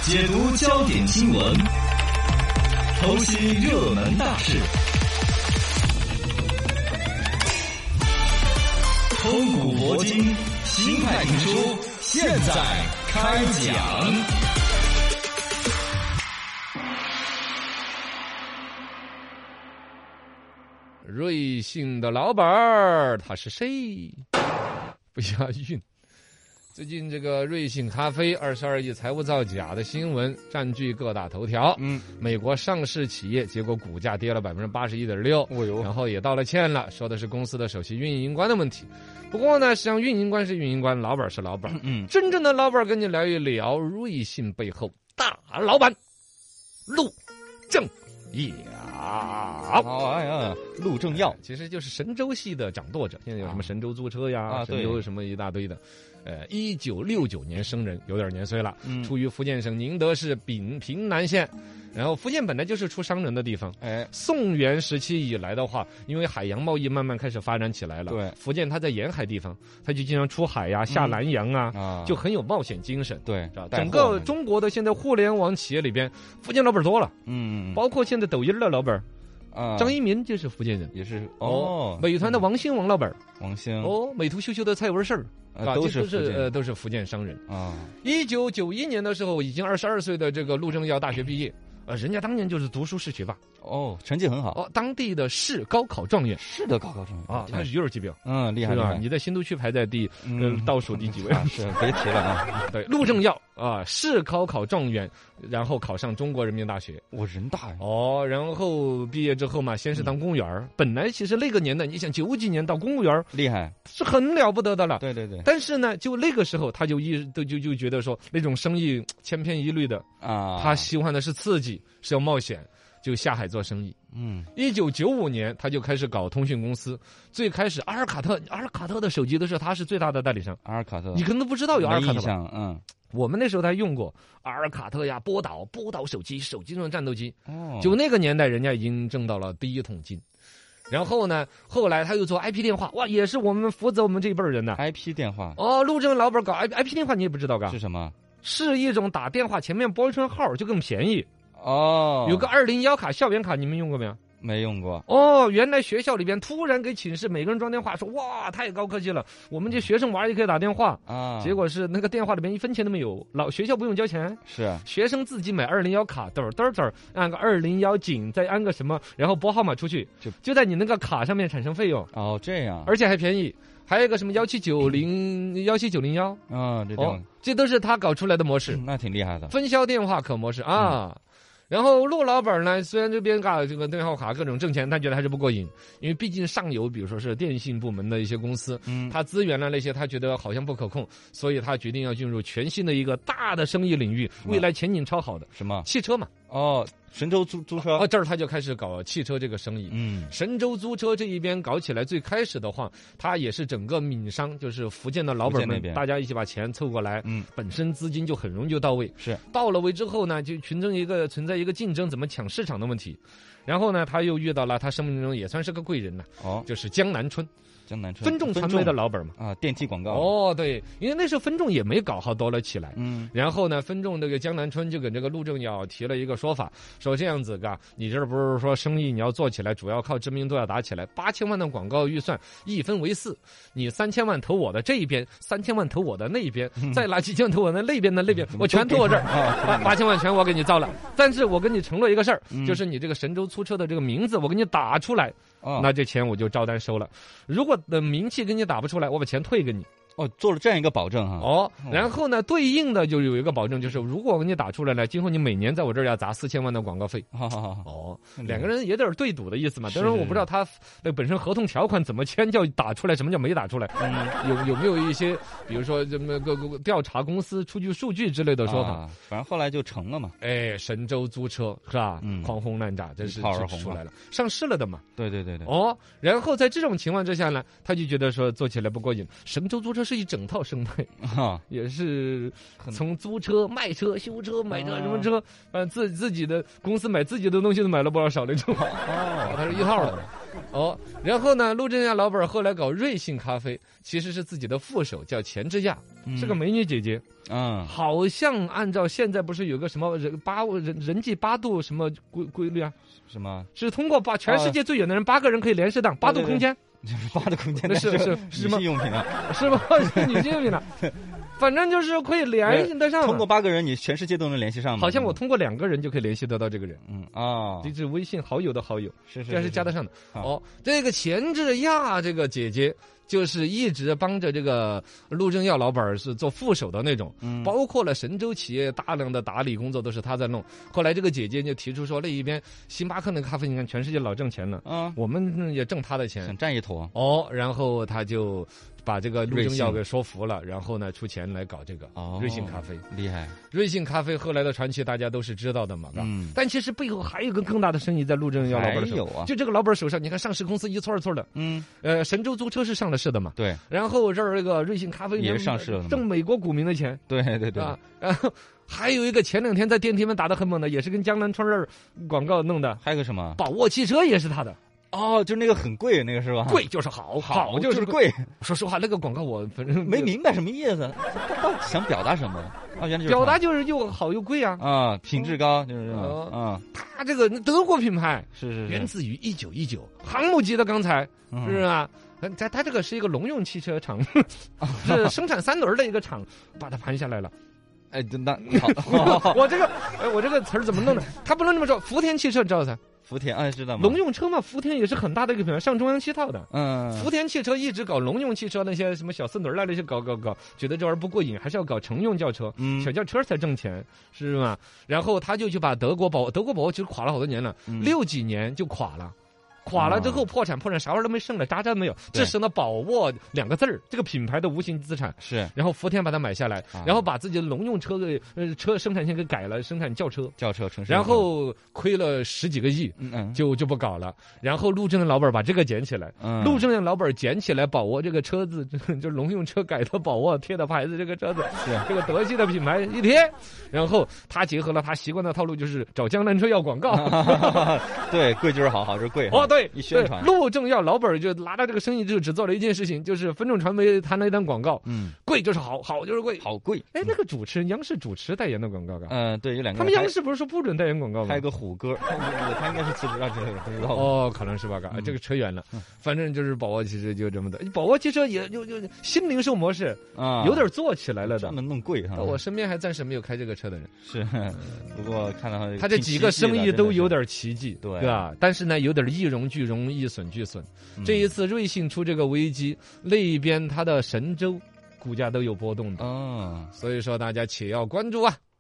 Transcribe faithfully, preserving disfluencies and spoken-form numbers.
解读焦点新闻，剖析热门大事，通古博今，新派评书现在开讲。 瑞幸的老板儿他是谁？不押韵。最近这个瑞幸咖啡二十二亿财务造假的新闻占据各大头条。嗯，美国上市企业，结果股价跌了百分之八十一点六。哦呦，然后也道了歉了，说的是公司的首席运营官的问题。不过呢，实际上运营官是运营官，老板是老板。嗯，真正的老板跟你聊一聊瑞幸背后大老板陆正耀。 哦，哎呀，陆正耀其实就是神州系的掌舵者，现在有什么神州租车呀、 啊、 神州什么一大堆的。呃，一九六九年生人，有点年岁了，嗯、出于福建省宁德市丙平南县。然后福建本来就是出商人的地方，哎，宋元时期以来的话，因为海洋贸易慢慢开始发展起来了，对，福建它在沿海地方，它就经常出海呀、下南洋啊，嗯、啊就很有冒险精神，对，整个中国的现在互联网企业里边，福建老板多了，嗯，包括现在抖音的老板。啊，张一鸣就是福建人， 也是哦。 美团的王兴王老板， 王兴哦，美图秀秀的蔡文胜啊，都是都是呃都是福建商人啊。一九九一年的时候，已经二十二岁的这个陆正耀大学毕业，呃，人家当年就是读书是学霸哦，成绩很好哦，当地的市高考状元， 市的高考状元啊，那是有点级别， 嗯，厉害了。 你在新都区排在第嗯倒数第几位？ 是别提了啊。 对，陆正耀啊，市高考状元，然后考上中国人民大学。 我人大呀。 哦，然后毕业之后嘛，先是当公务员。本来其实那个年代，你想九几年到公务员， 厉害， 是很了不得的了。 对对对。 但是呢，就那个时候，他就一都就就觉得说，那种生意千篇一律的啊，他喜欢的是刺激，是要冒险。就下海做生意。嗯，一九九五年他就开始搞通讯公司。最开始阿尔卡特，阿尔卡特的手机都是他是最大的代理商。 阿尔卡特， 你可能都不知道有阿尔卡特吧？嗯， 我们那时候还用过阿尔卡特呀，波导，波导手机，手机上的战斗机。哦，就那个年代，人家已经挣到了第一桶金。然后呢，后来他又做 I P 电话，哇，也是我们负责我们这一辈人的 I P 电话。 哦，陆正老板搞 I I P 电话，你也不知道噶？ 是什么？ 是一种打电话前面拨一串号就更便宜。 哦， 有个二零幺卡，校园卡，你们用过没有？ 没用过。 哦，原来学校里边突然给寝室每个人装电话，说哇，太高科技了，我们这学生玩也可以打电话啊。结果是那个电话里面一分钱都没有，老学校不用交钱， 是学生自己买二零幺卡，嘚儿嘚儿嘚儿，按个二零幺井，再按个什么，然后拨号码出去，就就在你那个卡上面产生费用。 哦，这样， 而且还便宜。还有一个什么幺七九零幺七九零幺啊，这哦， 这都是他搞出来的模式， 那挺厉害的。 分销电话可模式啊。嗯，然后陆老板呢，虽然这边搞这个电话卡各种挣钱，他觉得还是不过瘾，因为毕竟上游，比如说是电信部门的一些公司，嗯，他资源呢那些他觉得好像不可控，所以他决定要进入全新的一个大的生意领域，未来前景超好的什么汽车嘛。 哦，神州租租车哦，这儿他就开始搞汽车这个生意。嗯，神州租车这一边搞起来，最开始的话，他也是整个闽商，就是福建的老板们，大家一起把钱凑过来，嗯，本身资金就很容易就到位。 是到了位之后呢，就群争一个存在一个竞争，怎么抢市场的问题。然后呢，他又遇到了他生命中也算是个贵人了，哦，就是江南春。 江南春分众传媒的老板嘛， 啊，电梯广告哦，对，因为那时候分众也没搞好多了起来，嗯，然后呢，分众那个江南春就跟这个陆正耀提了一个说法，说这样子嘎，你这不是说生意你要做起来，主要靠知名度要打起来，八千万的广告预算一分为四，你三千万投我的这一边，三千万投我的那一边，嗯、再拿几千万投我的那边的那边，我全投我这儿，八八千万全我给你造了，但是我跟你承诺一个事儿，嗯、就是你这个神州租车的这个名字我给你打出来。哦，那这钱我就照单收了。如果的名气给你打不出来，我把钱退给你。 哦，做了这样一个保证哈。 哦，然后呢，对应的就有一个保证，就是如果我给你打出来了，今后你每年在我这儿要砸四千万的广告费。好好好。哦，两个人有点对赌的意思嘛。当然我不知道他那本身合同条款怎么签，叫打出来，什么叫没打出来？嗯，有有没有一些，比如说这么个个调查公司出具数据之类的说法？ 啊、反正后来就成了嘛。 哎，神州租车是吧？嗯，狂轰滥炸，真是出来了，上市了的嘛。 对对对对。 哦，然后在这种情况之下呢，他就觉得说做起来不过瘾。神州租车是一整套生啊，也是从租车、卖车、修车、买车什么车，呃，自自己的公司买自己的东西都买了不少少那种，哦，它是一套的。 哦，然后呢，陆正亚老板后来搞瑞幸咖啡，其实是自己的副手叫钱之亚， 嗯、 是个美女姐姐。 嗯， 好像按照现在不是有个什么人八人人际八度什么规规律啊？ 什么？ 是通过把全世界最远的人八个人可以联系到八度空间。 八度空间， 那是是是女性用品啊， 是吧？是女性用品了。反正就是可以联系得上。 通过八个人，你全世界都能联系上吗？ 好像我通过两个人就可以联系得到这个人。 嗯啊， 这是微信好友的好友， 是是， 这是加得上的。 哦， 哦，这个钱志亚这个姐姐。就是一直帮着这个陆正耀老板是做副手的那种，嗯，包括了神州企业大量的打理工作都是他在弄。后来这个姐姐就提出说，那一边星巴克那咖啡，你看全世界老挣钱了，嗯，我们也挣他的钱， 想占一坨。 哦，然后他就把这个陆正耀给说服了，然后呢出钱来搞这个哦瑞幸咖啡， 厉害。 瑞幸咖啡后来的传奇大家都是知道的嘛，嗯，但其实背后还有个更大的生意在陆正耀老板手上， 啊， 就这个老板手上，你看上市公司一撮二撮的，嗯，呃，神州租车是上了市的嘛， 对， 然后这儿这个瑞幸咖啡也上市了， 挣美国股民的钱， 对对对啊，然后还有一个前两天在电梯门打得很猛的，也是跟江南春儿广告弄的， 还有个什么， 宝沃汽车也是他的。 哦，就那个很贵，那个是吧？ 贵就是好， 好就是贵。 说实话，那个广告我反正没明白什么意思，他到底想表达什么？啊，原来就是表达就是又好又贵啊！ 啊，品质高就是这种。啊， 他这个德国品牌是是源自于一九一九航母级的钢材，是吧？他他这个是一个农用汽车厂，是生产三轮的一个厂，把它盘下来了。 哎，那好， 我这个哎，我这个词儿怎么弄的？他不能这么说。福田汽车知道噻？ 福田哎，知道吗？ 农用车嘛，福田也是很大的一个品牌，上中央七套的。 嗯， 福田汽车一直搞农用汽车，那些什么小四轮儿那些搞搞搞，觉得这玩意儿不过瘾，还是要搞乘用轿车，嗯，小轿车才挣钱，是吗？然后他就去把德国宝德国宝沃其实垮了好多年了，嗯、六几年就垮了。垮了之后破产，破产啥玩意儿都没剩了，渣渣没有，只剩了宝沃两个字儿，这个品牌的无形资产是。 然后福田把它买下来， 啊、 然后把自己的农用车给呃车生产线给改了，生产轿车， 轿车城市， 然后亏了十几个亿，嗯嗯，就就不搞了。然后陆正的老板把这个捡起来，嗯，陆正的老板捡起来宝沃这个车子，就是农用车改的宝沃贴的牌子，这个车子是这个德系的品牌一贴，然后他结合了他习惯的套路，就是找江南车要广告， 对，贵就是好，好就是贵， 哦，对， 一宣传。 陆正耀老板就拿到这个生意，就只做了一件事情，就是分众传媒谈了一单广告，嗯，贵就是好，好就是贵， 好贵。 哎，那个主持人央视主持代言的广告， 嗯、呃，对，有两个。 他们央视不是说不准代言广告吗？ 还有个虎哥，他应该是辞职了之类的，不知道。 哦，可能是吧？嗯、这个扯远了。嗯、反正就是宝沃汽车就这么的，宝沃汽车也就就新零售模式啊，有点做起来了的， 专门弄贵哈。 我身边还暂时没有开这个车的人， 是。不过看到他这几个生意都有点奇迹， 对对吧？但是呢，有点易荣俱荣，易损俱损。这一次瑞幸出这个危机，那一边它的神州股价都有波动的， 哦， 所以说大家且要关注啊。